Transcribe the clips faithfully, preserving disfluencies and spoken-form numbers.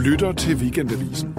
lytter til Weekendavisen.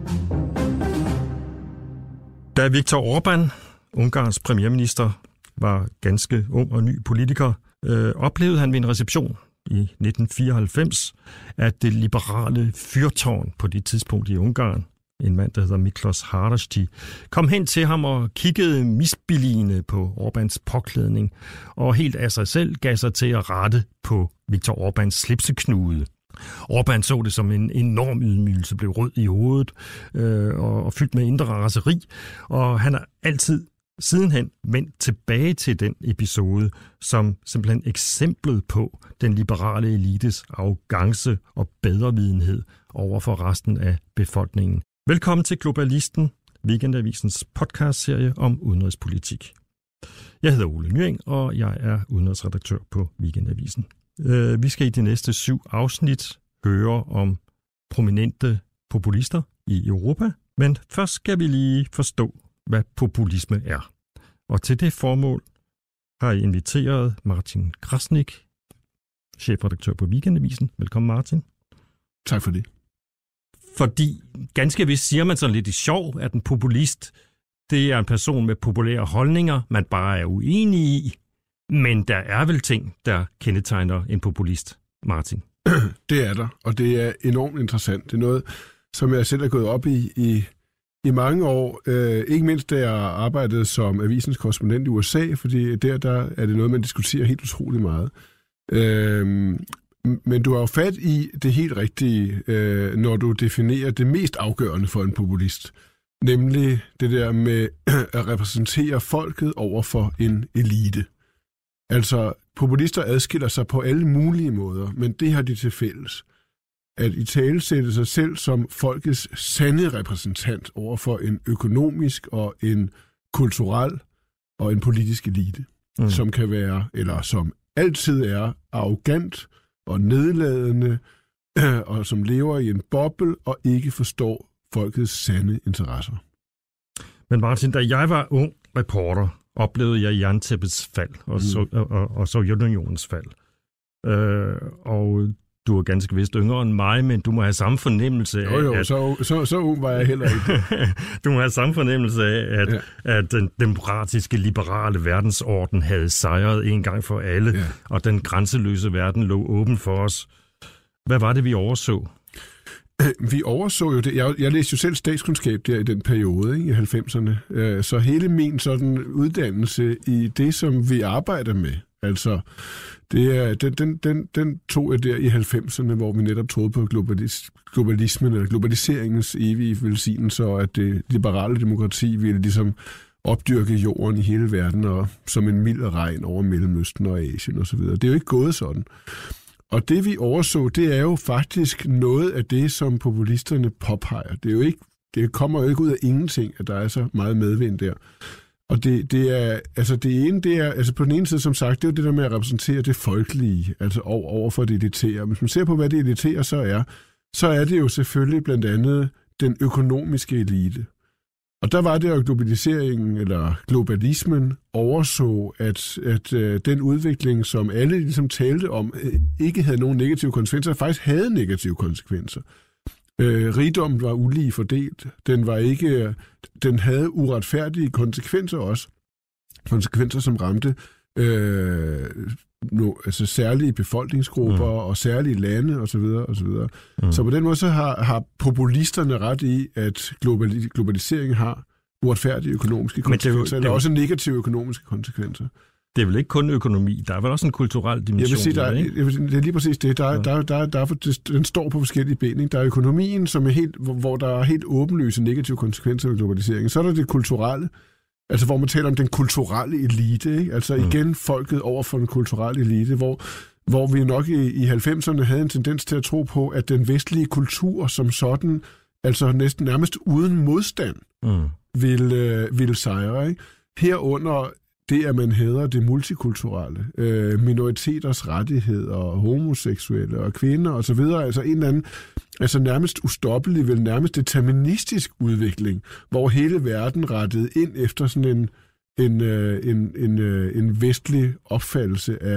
Da Viktor Orbán, Ungarns premierminister, var ganske ung og ny politiker, øh, oplevede han ved en reception i nitten fireoghalvfems, at det liberale fyrtårn på det tidspunkt i Ungarn, en mand, der hedder Miklos Haraszti, kom hen til ham og kiggede misbilligende på Orbáns påklædning, og helt af sig selv gav sig til at rette på Viktor Orbáns slipseknude. Orbán så det som en enorm ydmygelse, blev rød i hovedet øh, og, og fyldt med indre raseri, og han har altid sidenhen vendt tilbage til den episode som simpelthen eksemplet på den liberale elites arrogance og bedrevidenhed over for resten af befolkningen. Velkommen til Globalisten, Weekendavisens podcastserie om udenrigspolitik. Jeg hedder Ole Nyring, og jeg er udenrigsredaktør på Weekendavisen. Vi skal i de næste syv afsnit høre om prominente populister i Europa, men først skal vi lige forstå, hvad populisme er. Og til det formål har jeg inviteret Martin Krasnik, chefredaktør på Weekendavisen. Velkommen, Martin. Tak for det. Fordi ganske vist siger man sådan lidt i sjov, at en populist, det er en person med populære holdninger, man bare er uenig i. Men der er vel ting, der kendetegner en populist, Martin? Det er der, og det er enormt interessant. Det er noget, som jeg selv er gået op i i, i mange år. Øh, ikke mindst da jeg arbejdede som avisens korrespondent i U S A, fordi der, der er det noget, man diskuterer helt utrolig meget. Øh, men du har jo fat i det helt rigtige, øh, når du definerer det mest afgørende for en populist. Nemlig det der med at repræsentere folket over for en elite. Altså, populister adskiller sig på alle mulige måder, men det har de til fælles. At italesætte sig selv som folkets sande repræsentant over for en økonomisk og en kulturel og en politisk elite, mm. som kan være, eller som altid er, arrogant og nedladende, og som lever i en boble og ikke forstår folkets sande interesser. Men Martin, da jeg var ung reporter, oplevede jeg jerntæppets fald og, mm. so- og, og Sovjetunionens fald. Øh, og du er ganske vist yngre end mig, men du må have samme fornemmelse af... Jo, jo, at, så, så, så ung var jeg heller ikke. Du må have samme fornemmelse af, at, ja. at den demokratiske, liberale verdensorden havde sejret en gang for alle, ja. Og den grænseløse verden lå åben for os. Hvad var det, vi overså? Vi overså jo det. Jeg, jeg læste jo selv statskundskab der i den periode, ikke, i halvfemserne. Så hele min sådan uddannelse i det, som vi arbejder med, altså det er, den, den, den, den tog jeg der i halvfemserne, hvor vi netop troede på globalis, globalismen eller globaliseringens evige velsignelse, og at det liberale demokrati ville ligesom opdyrke jorden i hele verden og som en mild regn over Mellemøsten og Asien osv. Det er jo ikke gået sådan. Og det vi overså, det er jo faktisk noget af det, som populisterne påpeger. Det er jo ikke, det kommer jo ikke ud af ingenting, at der er så meget medvind der. Og det, det er, altså det ene, det er, altså på den ene side, som sagt, det er jo det der med at repræsentere det folkelige, altså over, over for det elitære. Hvis man ser på, hvad det elitære så er, så er det jo selvfølgelig blandt andet den økonomiske elite. Og der var det jo globaliseringen, eller globalismen, overså, at, at øh, den udvikling, som alle ligesom talte om, øh, ikke havde nogen negative konsekvenser, faktisk havde negative konsekvenser. Øh, rigdommen var ulige fordelt. Den var ikke, den havde uretfærdige konsekvenser også. Konsekvenser, som ramte øh, no, altså særlige befolkningsgrupper mm. og særlige lande osv. osv. Mm. Så på den måde så har, har populisterne ret i, at globali- globaliseringen har uretfærdige økonomiske konsekvenser, eller også negative økonomiske konsekvenser. Det er vel ikke kun økonomi, der er vel også en kulturel dimension. Jeg vil sige, der er, ikke? jeg vil, det er lige præcis det. Der, ja. der, der, der, der, den står på forskellige ben. Ikke? Der er økonomien, som er helt, hvor, hvor der er helt åbenlyse negative konsekvenser af globaliseringen. Så er der det kulturelle, altså hvor man taler om den kulturelle elite. Ikke? Altså mm. igen folket over for den kulturelle elite, hvor, hvor vi nok i, i halvfemserne havde en tendens til at tro på, at den vestlige kultur som sådan, altså næsten nærmest uden modstand, mm. ville, ville sejre. Ikke? Herunder det, at man hædrer det multikulturelle, øh, minoriteters rettigheder, homoseksuelle og kvinder osv., altså en eller anden, altså nærmest ustoppelig, vel nærmest deterministisk udvikling, hvor hele verden rettede ind efter sådan en, en, en, en, en vestlig opfattelse af,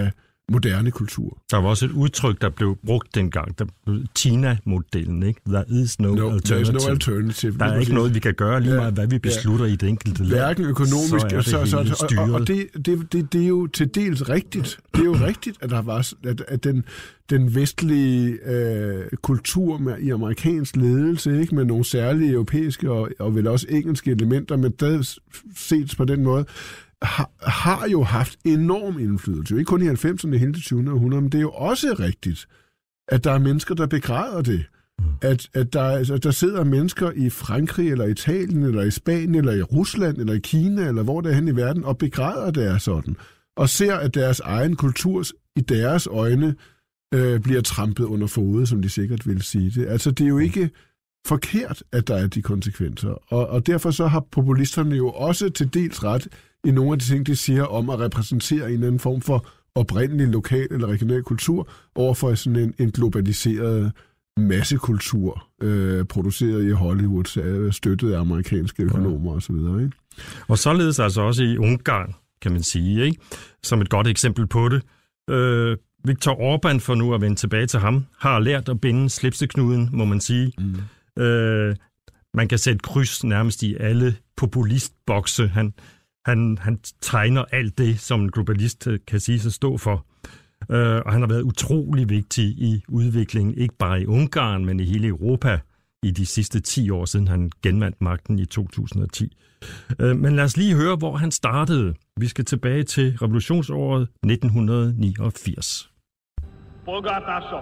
moderne kultur. Der var også et udtryk, der blev brugt dengang, der blev Tina-modellen, ikke? There is no, no alternative. No alternative. Der er ikke noget, vi kan gøre lige meget, ja, hvad vi beslutter ja. i det enkelte land. Hverken økonomisk, så er det så, så, hele styret. og, og det, det, det, det er jo til dels rigtigt. Det er jo rigtigt, at der var at, at den, den vestlige øh, kultur med, i amerikansk ledelse, ikke, med nogle særlige europæiske og, og vel også engelske elementer, men der set på den måde, har, har jo haft enorm indflydelse. Ikke kun i halvfemserne, hele det tyvende århundrede, men det er jo også rigtigt, at der er mennesker, der begræder det. At, at der, altså, der sidder mennesker i Frankrig, eller Italien, eller i Spanien, eller i Rusland, eller i Kina, eller hvor der er hen i verden, og begræder det er sådan. Og ser, at deres egen kultur i deres øjne øh, bliver trampet under fode, som de sikkert vil sige det. Altså, det er jo ikke forkert, at der er de konsekvenser. Og, og derfor så har populisterne jo også til dels ret i nogle af de ting, de siger om at repræsentere en eller anden form for oprindelig lokal eller regional kultur overfor sådan en, en globaliseret massekultur, øh, produceret i Hollywood, støttet af amerikanske økonomer ja. osv. Ikke? Og således altså også i Ungarn, kan man sige, ikke? Som et godt eksempel på det. Øh, Viktor Orbán, for nu at vende tilbage til ham, har lært at binde slipseknuden, må man sige. Mm. Øh, man kan sætte kryds nærmest i alle populistbokse. Han, han, han tegner alt det, som en globalist kan sige sig stå for. Øh, og han har været utrolig vigtig i udviklingen, ikke bare i Ungarn, men i hele Europa i de sidste ti år, siden han genvandt magten i to tusind og ti. Øh, men lad os lige høre, hvor han startede. Vi skal tilbage til revolutionsåret nitten niogfirs. Polgártársak,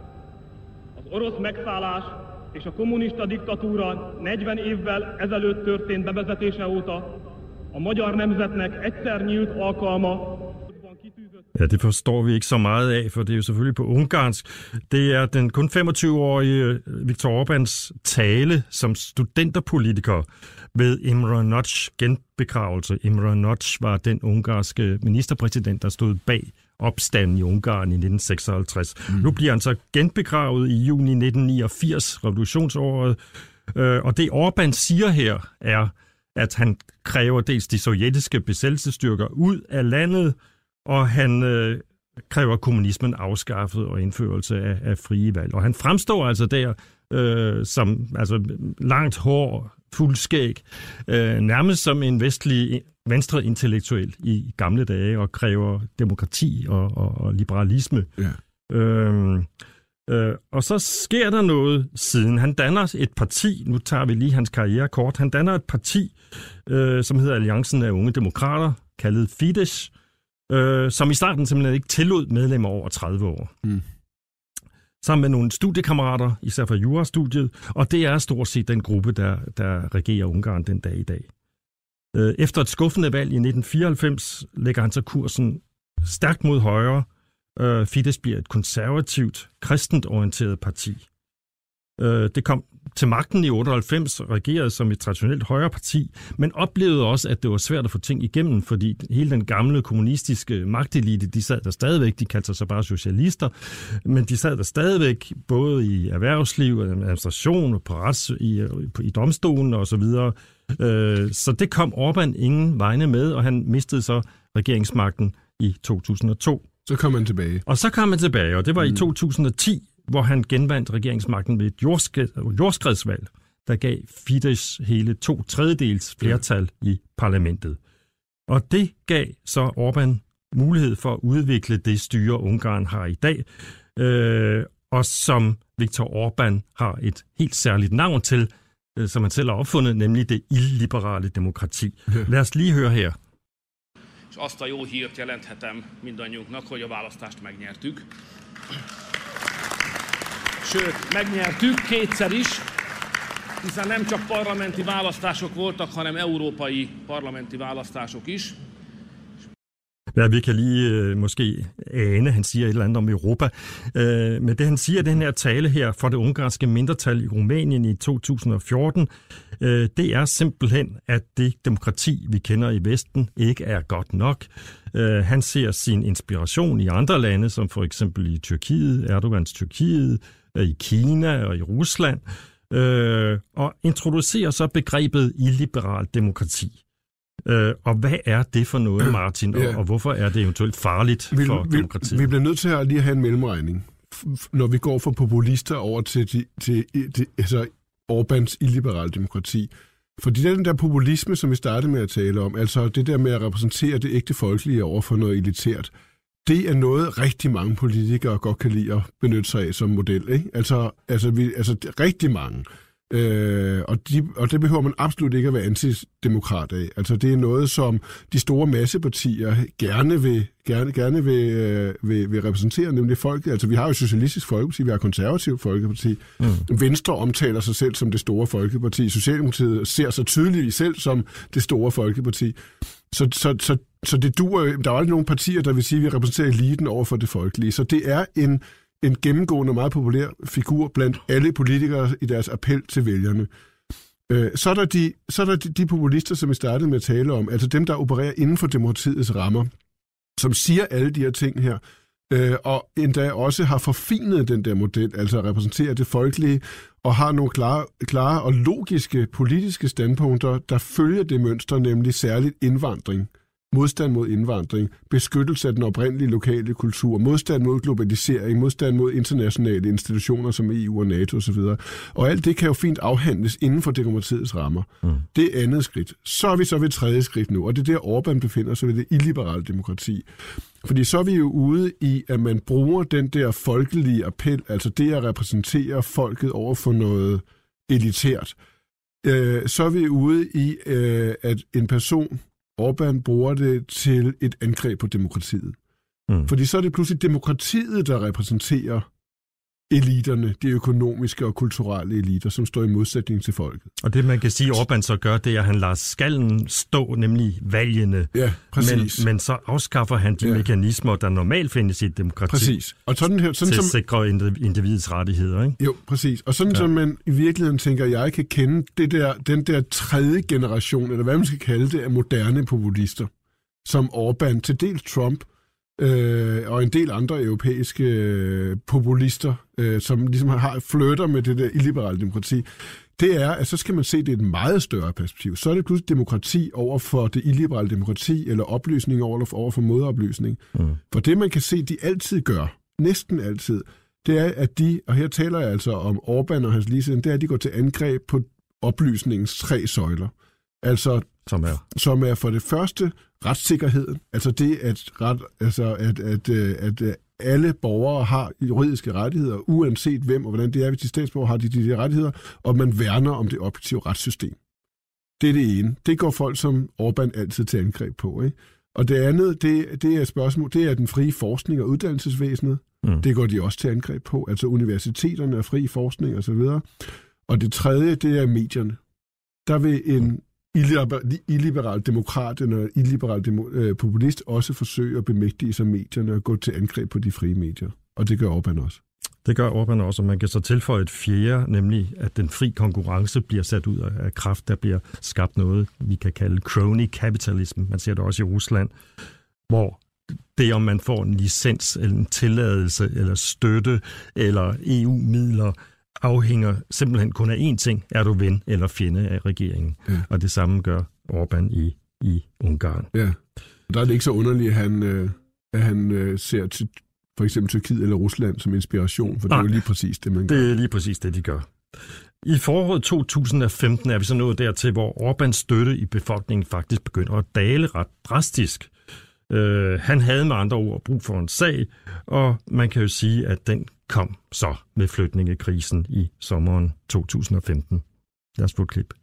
az orosz megszállás és a kommunista diktatúra negyven évvel ezelőtt történt bevezetése óta a magyar nemzetnek egyszer nyílt alkalma. Ja, det forstår vi ikke så meget af, for det er jo selvfølgelig på ungarsk. Det er den kun femogtyve-årige Viktor Orbáns tale som studenterpolitiker ved Imre Nagy genbegravelse. Imre Nagy var den ungarske ministerpræsident, der stod bag opstanden i Ungarn i nitten seksoghalvtreds. Mm. Nu bliver han så genbegravet i juni nitten niogfirs, revolutionsåret. Og det Orbán siger her er, at han kræver dels de sovjetiske besættelsesstyrker ud af landet, og han øh, kræver kommunismen afskaffet og indførelse af, af frie valg. Og han fremstår altså der øh, som altså, langt hår, fuldskæg, øh, nærmest som en vestlig venstreintellektuel i gamle dage, og kræver demokrati og, og, og liberalisme. Ja. Øh, øh, og så sker der noget siden. Han danner et parti, nu tager vi lige hans karriere kort, han danner et parti, øh, som hedder Alliancen af Unge Demokrater, kaldet Fidesz, Øh, som i starten simpelthen ikke tillod medlemmer over tredive år. Mm. Sammen med nogle studiekammerater, især fra jurastudiet, og det er stort set den gruppe, der, der regerer Ungarn den dag i dag. Øh, efter et skuffende valg i nitten fireoghalvfems lægger han så kursen stærkt mod højre. Øh, Fidesz bliver et konservativt, kristent orienteret parti. Øh, det kom til magten i otteoghalvfems, regerede som et traditionelt højre parti, men oplevede også, at det var svært at få ting igennem, fordi hele den gamle kommunistiske magtelite, de sad der stadigvæk, de kaldte sig så bare socialister, men de sad der stadigvæk både i erhvervsliv, administration og på rets, i, i domstolen og så videre. Øh, så det kom Orbán ingen vegne med, og han mistede så regeringsmagten i to tusind og to. Så kom han tilbage. Og så kom han tilbage, og det var mm. i to tusind og ti, hvor han genvandt regeringsmagten ved et jordskredsvalg, der gav Fidesz hele to tredjedels flertal ja. i parlamentet. Og det gav så Orbán mulighed for at udvikle det styre, Ungarn har i dag, øh, og som Viktor Orbán har et helt særligt navn til, øh, som han selv har opfundet, nemlig det illiberale demokrati. Ja. Lad os lige høre her. És azt a jó hírt jelenthetem mindannyiunknak, hogy a választást megnyertük. Sőt, megnyertük kétszer is, hiszen nem csak parlamenti választások voltak, hanem európai parlamenti választások is. Ja, vi kan lige øh, måske ane, han siger et eller andet om Europa. Øh, men det han siger, den her tale her for det ungarske mindretal i Rumænien i to tusind og fjorten, øh, det er simpelthen, at det demokrati, vi kender i Vesten, ikke er godt nok. Øh, han ser sin inspiration i andre lande, som for eksempel i Tyrkiet, Erdogans Tyrkiet, øh, i Kina og i Rusland, øh, og introducerer så begrebet illiberalt demokrati. Øh, og hvad er det for noget, Martin, ja. og, og hvorfor er det eventuelt farligt vi, for vi, demokratiet? Vi bliver nødt til at lige have en mellemregning, når vi går fra populister over til, til, til, til altså Orbáns illiberale demokrati. Fordi det er den der populisme, som vi startede med at tale om, altså det der med at repræsentere det ægte folkelige over for noget elitært, det er noget, rigtig mange politikere godt kan lide at benytte sig af som model. Ikke? Altså, altså, vi, altså rigtig mange. Øh, og, de, og det behøver man absolut ikke at være antidemokrat af. Altså det er noget, som de store massepartier gerne vil, gerne, gerne vil, øh, vil, vil repræsentere, nemlig folket. Altså vi har jo Socialistisk Folkeparti, vi har Konservativ Folkeparti. Mm. Venstre omtaler sig selv som det store folkeparti. Socialdemokratiet ser sig tydeligt selv som det store folkeparti. Så, så, så, så det duer, der er jo ikke nogen partier, der vil sige, at vi repræsenterer eliten over for det folkelige. Så det er en en gennemgående og meget populær figur blandt alle politikere i deres appel til vælgerne. Så er der de, så er der de, de populister, som vi startede med at tale om, altså dem, der opererer inden for demokratiets rammer, som siger alle de her ting her, og endda også har forfinet den der model, altså repræsenterer det folkelige, og har nogle klare, klare og logiske politiske standpunkter, der følger det mønster, nemlig særligt indvandring. Modstand mod indvandring, beskyttelse af den oprindelige lokale kultur, modstand mod globalisering, modstand mod internationale institutioner som E U og NATO osv. Og alt det kan jo fint afhandles inden for demokratiets rammer. Mm. Det er andet skridt. Så er vi så ved tredje skridt nu, og det er der Orbán befinder sig ved det illiberale demokrati. Fordi så er vi jo ude i, at man bruger den der folkelige appel, altså det at repræsentere folket over for noget elitært. Øh, så er vi ude i, øh, at en person Orbán bruger det til et angreb på demokratiet. Mm. Fordi så er det pludselig demokratiet, der repræsenterer eliterne, de økonomiske og kulturelle eliter, som står i modsætning til folket. Og det, man kan sige, Orbán så gør, det er, at han lader skallen stå, nemlig valgene. Ja, præcis. Men, men så afskaffer han de ja. mekanismer, der normalt findes i et demokrati. Præcis. Og sådan her, sådan til som, at sikre individets rettigheder, ikke? Jo, præcis. Og sådan ja. som man i virkeligheden tænker, jeg kan kende det der, den der tredje generation, eller hvad man skal kalde det, af moderne populister, som Orbán, til dels Trump, Øh, og en del andre europæiske øh, populister, øh, som ligesom har flytter med det der illiberale demokrati, det er, at så skal man se det i et meget større perspektiv. Så er det pludselig demokrati over for det illiberale demokrati, eller oplysning over, over for modoplysning. Mm. For det, man kan se, de altid gør, næsten altid, det er, at de, og her taler jeg altså om Orbán og hans ligesiden, det er, at de går til angreb på oplysningens tre søjler. Altså, som er? Som er for det første retssikkerheden, altså det, at, ret, altså at, at, at, at alle borgere har juridiske rettigheder, uanset hvem og hvordan det er, hvis de statsborgere har de de rettigheder, og man værner om det objektive retssystem. Det er det ene. Det går folk som Orbán altid til angreb på. Ikke? Og det andet, det, det er spørgsmål, det er den frie forskning og uddannelsesvæsenet. Mm. Det går de også til angreb på, altså universiteterne og fri forskning osv. Og det tredje, det er medierne. Der vil en illiberal demokrat eller illiberal demo, øh, populist også forsøge at bemægtige sig medierne og gå til angreb på de frie medier. Og det gør Orbán også. Det gør Orbán også, og man kan så tilføje et fjerde, nemlig at den fri konkurrence bliver sat ud af kraft. Der bliver skabt noget, vi kan kalde crony capitalism. Man ser det også i Rusland, hvor det, om man får en licens eller en tilladelse eller støtte eller E U-midler, afhænger simpelthen kun af én ting. Er du ven eller fjende af regeringen? Ja. Og det samme gør Orbán i, i Ungarn. Ja, der er det ikke så underligt, at han, øh, at han øh, ser til for eksempel Tyrkiet eller Rusland som inspiration, for Nej, det er jo lige præcis det, man gør. Det er lige præcis det, de gør. I foråret to tusind og femten er vi så nået dertil, hvor Orbáns støtte i befolkningen faktisk begynder at dale ret drastisk. Uh, han havde med andre ord brug for en sag, og man kan jo sige, at den kom så med flygtningekrisen i sommeren to tusind og femten. Lad os få et klip.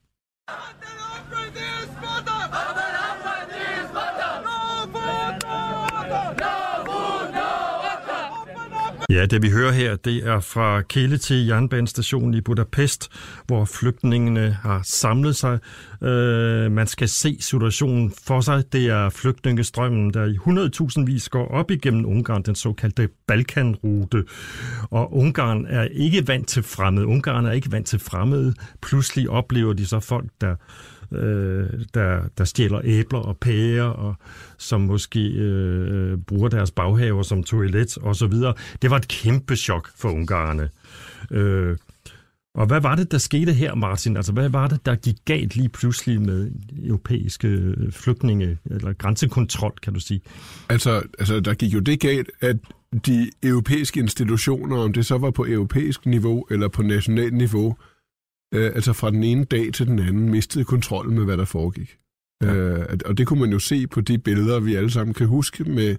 Ja, det vi hører her, det er fra Kele til jernbanestationen i Budapest, hvor flygtningene har samlet sig. Øh, man skal se situationen for sig. Det er flygtningestrømmen, der i hundredtusindvis går op igennem Ungarn, den såkaldte Balkanrute. Og Ungarn er ikke vant til fremmede. Ungarn er ikke vant til fremmede. Pludselig oplever de så folk, der Øh, der, der stjæler æbler og pærer, og som måske øh, bruger deres baghaver som toilet og så videre. Det var et kæmpe chok for ungarerne. Øh, Og hvad var det, der skete her, Martin? Altså, hvad var det, der gik galt lige pludselig med europæiske flygtninge, eller grænsekontrol, kan du sige? Altså, altså der gik jo det galt, at de europæiske institutioner, om det så var på europæisk niveau eller på nationalt niveau, øh, altså fra den ene dag til den anden, mistede kontrollen med, hvad der foregik. Ja. Øh, og det kunne man jo se på de billeder, vi alle sammen kan huske, med,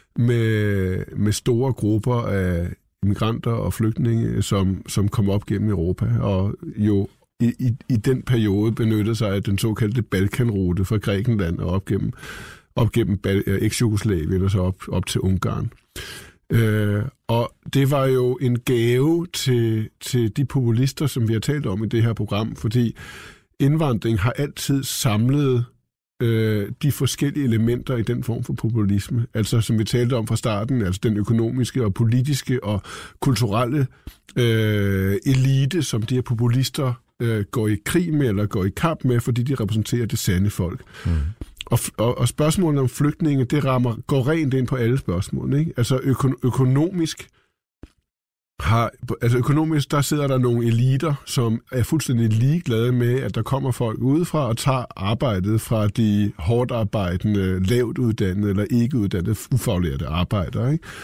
med, med store grupper af migranter og flygtninge, som, som kom op gennem Europa, og jo i, i, i den periode benyttede sig af den såkaldte Balkanrute fra Grækenland og op gennem, op gennem eks-Jugoslavien og så op, op til Ungarn. Øh, og det var jo en gave til, til de populister, som vi har talt om i det her program, fordi indvandring har altid samlet øh, de forskellige elementer i den form for populisme. Altså, som vi talte om fra starten, altså den økonomiske og politiske og kulturelle øh, elite, som de her populister øh, går i krig med eller går i kamp med, fordi de repræsenterer det sande folk. Mm. Og, og, og spørgsmålet om flygtninge, det rammer, går rent ind på alle spørgsmål, ikke? Altså øko, økonomisk har, altså økonomisk, der sidder der nogle eliter, som er fuldstændig ligeglade med, at der kommer folk udefra og tager arbejdet fra de hårdt arbejdende, lavt uddannede eller ikke uddannede, ufaglærte arbejdere, ikke?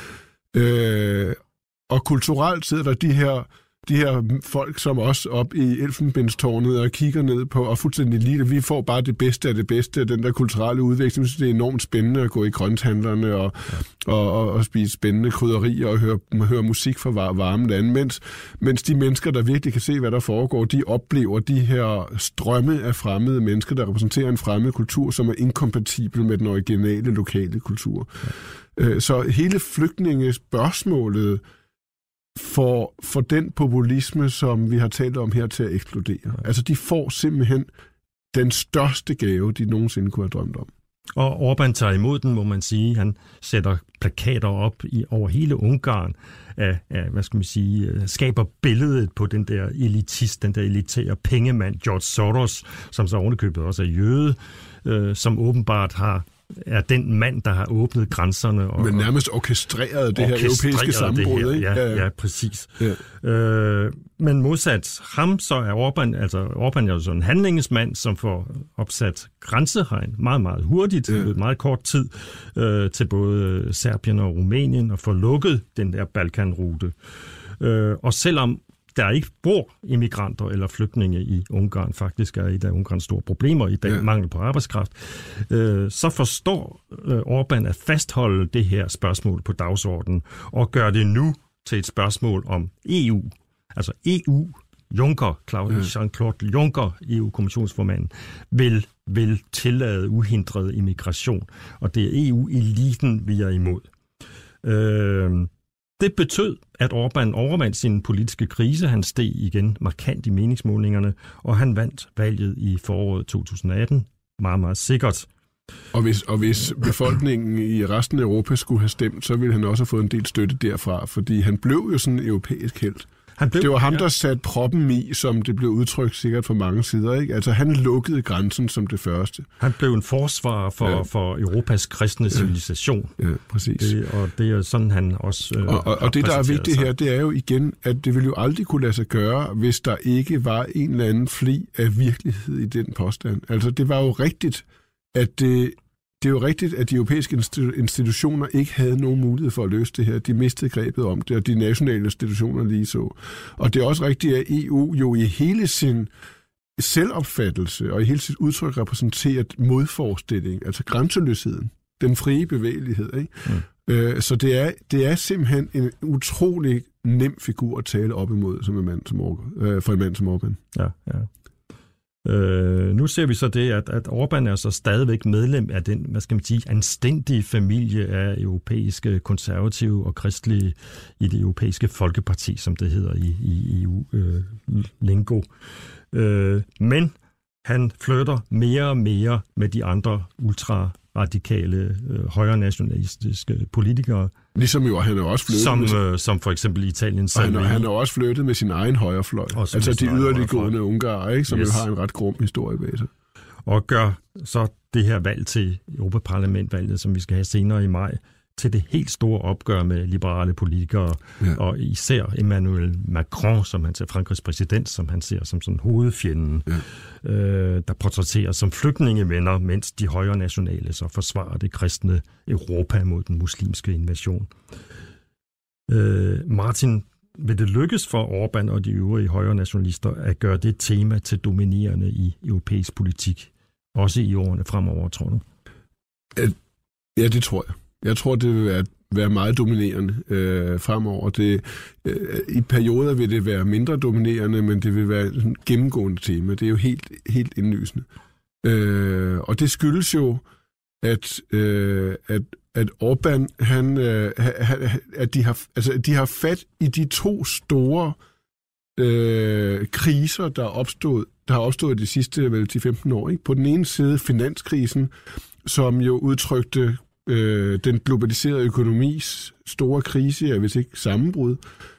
Øh, og kulturelt sidder der de her de her folk, som også op i Elfenbenstårnet og kigger ned på, og fuldstændig lige, vi får bare det bedste af det bedste af den der kulturelle udveksling. Jeg synes, det er enormt spændende at gå i grønthandlerne og, ja. og, og, og spise spændende krydderier og høre, høre musik fra varme lande, mens, mens de mennesker, der virkelig kan se, hvad der foregår, de oplever de her strømme af fremmede mennesker, der repræsenterer en fremmed kultur, som er inkompatibel med den originale lokale kultur. Ja. Så hele flygtningespørgsmålet For, for den populisme, som vi har talt om her, til at eksplodere. Ja. Altså, de får simpelthen den største gave, de nogensinde kunne have drømt om. Og Orbán tager imod den, må man sige. Han sætter plakater op i, over hele Ungarn, af, af, hvad skal man sige, skaber billedet på den der elitist, den der elitære pengemand, George Soros, som så ovenikøbet også er jøde, øh, som åbenbart har er den mand, der har åbnet grænserne. Og, Men nærmest orkestreret det her europæiske sammenbrud, ikke? Ja, ja, ja, præcis. Ja. Øh, men modsat ham, så er Orbán, altså Orbán er jo sådan en handlingsmand, som får opsat grænsehegn meget, meget hurtigt, ja. meget kort tid, øh, til både Serbien og Rumænien, og får lukket den der Balkanrute. Øh, og selvom der ikke bor immigranter eller flygtninge i Ungarn, faktisk er et af Ungarns store problemer i dag, ja. mangel på arbejdskraft, øh, så forstår øh, Orbán at fastholde det her spørgsmål på dagsordenen, og gør det nu til et spørgsmål om E U. Altså E U, Juncker, Claude, ja. Jean-Claude Juncker, E U-kommissionsformanden, vil, vil tillade uhindret immigration, og det er E U-eliten, vi er imod. Øh, Det betød, at Orbán overvandt sin politiske krise. Han steg igen markant i meningsmålingerne, og han vandt valget i foråret to tusind atten meget, meget sikkert. Og hvis, og hvis befolkningen i resten af Europa skulle have stemt, så ville han også have fået en del støtte derfra, fordi han blev jo sådan en europæisk helt. Han blev, det var ham, der satte proppen i, som det blev udtrykt sikkert fra mange sider, ikke? Altså, han lukkede grænsen som det første. Han blev en forsvarer for, ja. for Europas kristne civilisation. Ja, ja præcis. Det, og det er sådan, han også øh, Og, og, og det, der er vigtigt sig. her, det er jo igen, at det ville jo aldrig kunne lade sig gøre, hvis der ikke var en eller anden fli af virkelighed i den påstand. Altså, det var jo rigtigt, at det... Det er jo rigtigt, at de europæiske institutioner ikke havde nogen mulighed for at løse det her. De mistede grebet om det, og de nationale institutioner lige så. Og det er også rigtigt, at E U jo i hele sin selvopfattelse og i hele sit udtryk repræsenterer modforestilling, altså grænseløsheden, den frie bevægelighed. Ikke? Mm. Øh, så det er, det er simpelthen en utrolig nem figur at tale op imod som en mand som Orbán, øh, for en mand som Orbán. Ja, ja. Øh, nu ser vi så det, at, at Orbán er så stadigvæk medlem af den, hvad skal man sige, anstændige familie af europæiske konservative og kristelige i det europæiske folkeparti, som det hedder i, i E U-lingo. Øh, øh, men han flytter mere og mere med de andre ultraradikale, øh, højrenationalistiske politikere. Ligesom jo, han er også flyttet. Som, med, øh, som for eksempel Italiens han, han er også flyttet med sin egen højrefløj. Altså de yderliggående ungarer, ikke, som yes. jo har en ret grum historie bag sig. Og gør så det her valg til Europaparlamentvalget, som vi skal have senere i maj, til det helt store opgør med liberale politikere, ja. Og især Emmanuel Macron, som han ser, Frankrigs præsident, som han ser som sådan hovedfjenden, ja. øh, der portrætteres som flygtningevenner, mens de højre nationale så forsvarer det kristne Europa mod den muslimske invasion. Øh, Martin, vil det lykkes for Orbán og de øvrige højre nationalister at gøre det tema til dominerende i europæisk politik, også i årene fremover, tror du? Ja, det tror jeg. Jeg tror, det vil være, være meget dominerende øh, fremover. Det, øh, I perioder vil det være mindre dominerende, men det vil være et gennemgående tema. Det er jo helt, helt indlysende. Øh, og det skyldes jo, at, øh, at, at Orbán, han, øh, at de har, altså, de har fat i de to store øh, kriser, der er opstået, der har opstået de sidste vel, ti til femten år. Ikke? På den ene side finanskrisen, som jo udtrykte øh, den globaliserede økonomis store krise, ja, hvis ikke sammenbrud,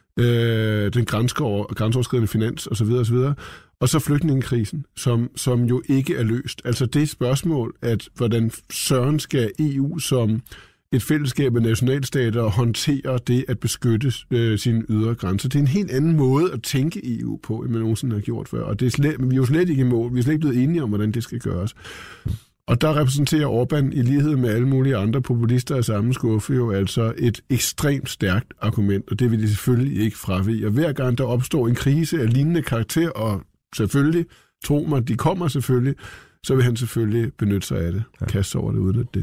øh, den grænseoverskridende finans osv. osv. Og så flygtningekrisen, som, som jo ikke er løst. Altså det spørgsmål, at hvordan søren skal E U som et fællesskab af nationalstater håndtere det at beskytte øh, sine ydre grænser. Det er en helt anden måde at tænke E U på, end man nogensinde har gjort før. Og det er slet, vi er jo slet ikke i mål. Vi er slet ikke blevet enige om, hvordan det skal gøres. Og der repræsenterer Orbán i lighed med alle mulige andre populister af samme skuffe jo altså et ekstremt stærkt argument, og det vil de selvfølgelig ikke fravige. Og hver gang der opstår en krise af lignende karakter, og selvfølgelig, tro mig, de kommer selvfølgelig, så vil han selvfølgelig benytte sig af det, ja. Kaste over det, uden at det.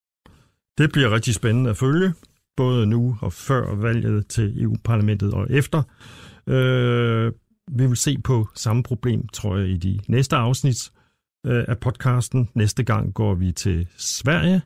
Det bliver rigtig spændende at følge, både nu og før valget til E U-parlamentet og efter. Øh, vi vil se på samme problem, tror jeg, i de næste afsnit af podcasten. Næste gang går vi til Sverige,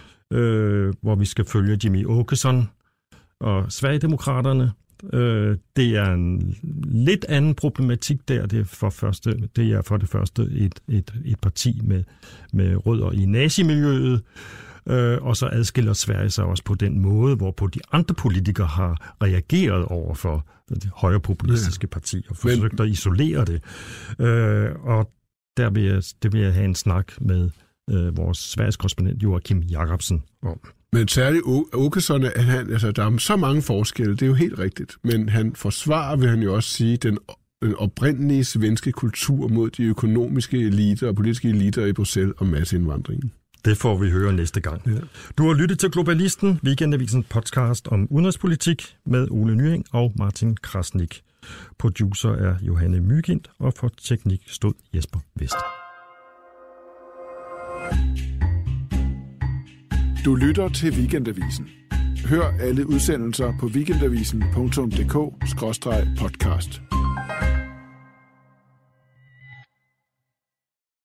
øh, hvor vi skal følge Jimmie Åkesson og Sverigedemokraterne. Øh, det er en lidt anden problematik der. Det er for, første, det er for det første et, et, et parti med, med rødder i nazimiljøet, øh, og så adskiller Sverige sig også på den måde, hvorpå de andre politikere har reageret over for det højrepopulistiske parti og forsøgt at isolere det. Øh, og Der vil jeg, det vil jeg have en snak med øh, vores Sveriges korrespondent Joachim Jacobsen om. Men særligt Åkesson, han, altså, der er så mange forskelle, det er jo helt rigtigt. Men han forsvarer, vil han jo også sige, den, den oprindelige svenske kultur mod de økonomiske eliter og politiske eliter i Bruxelles og masseindvandringen. Det får vi høre næste gang. Ja. Du har lyttet til Globalisten, Weekendavisens podcast om udenrigspolitik med Ole Nying og Martin Krasnik. Producer er Johanne Mygind, og for teknik stod Jesper Vest. Du lytter til Weekendavisen. Hør alle udsendelser på weekendavisen punktum d k skråstreg podcast.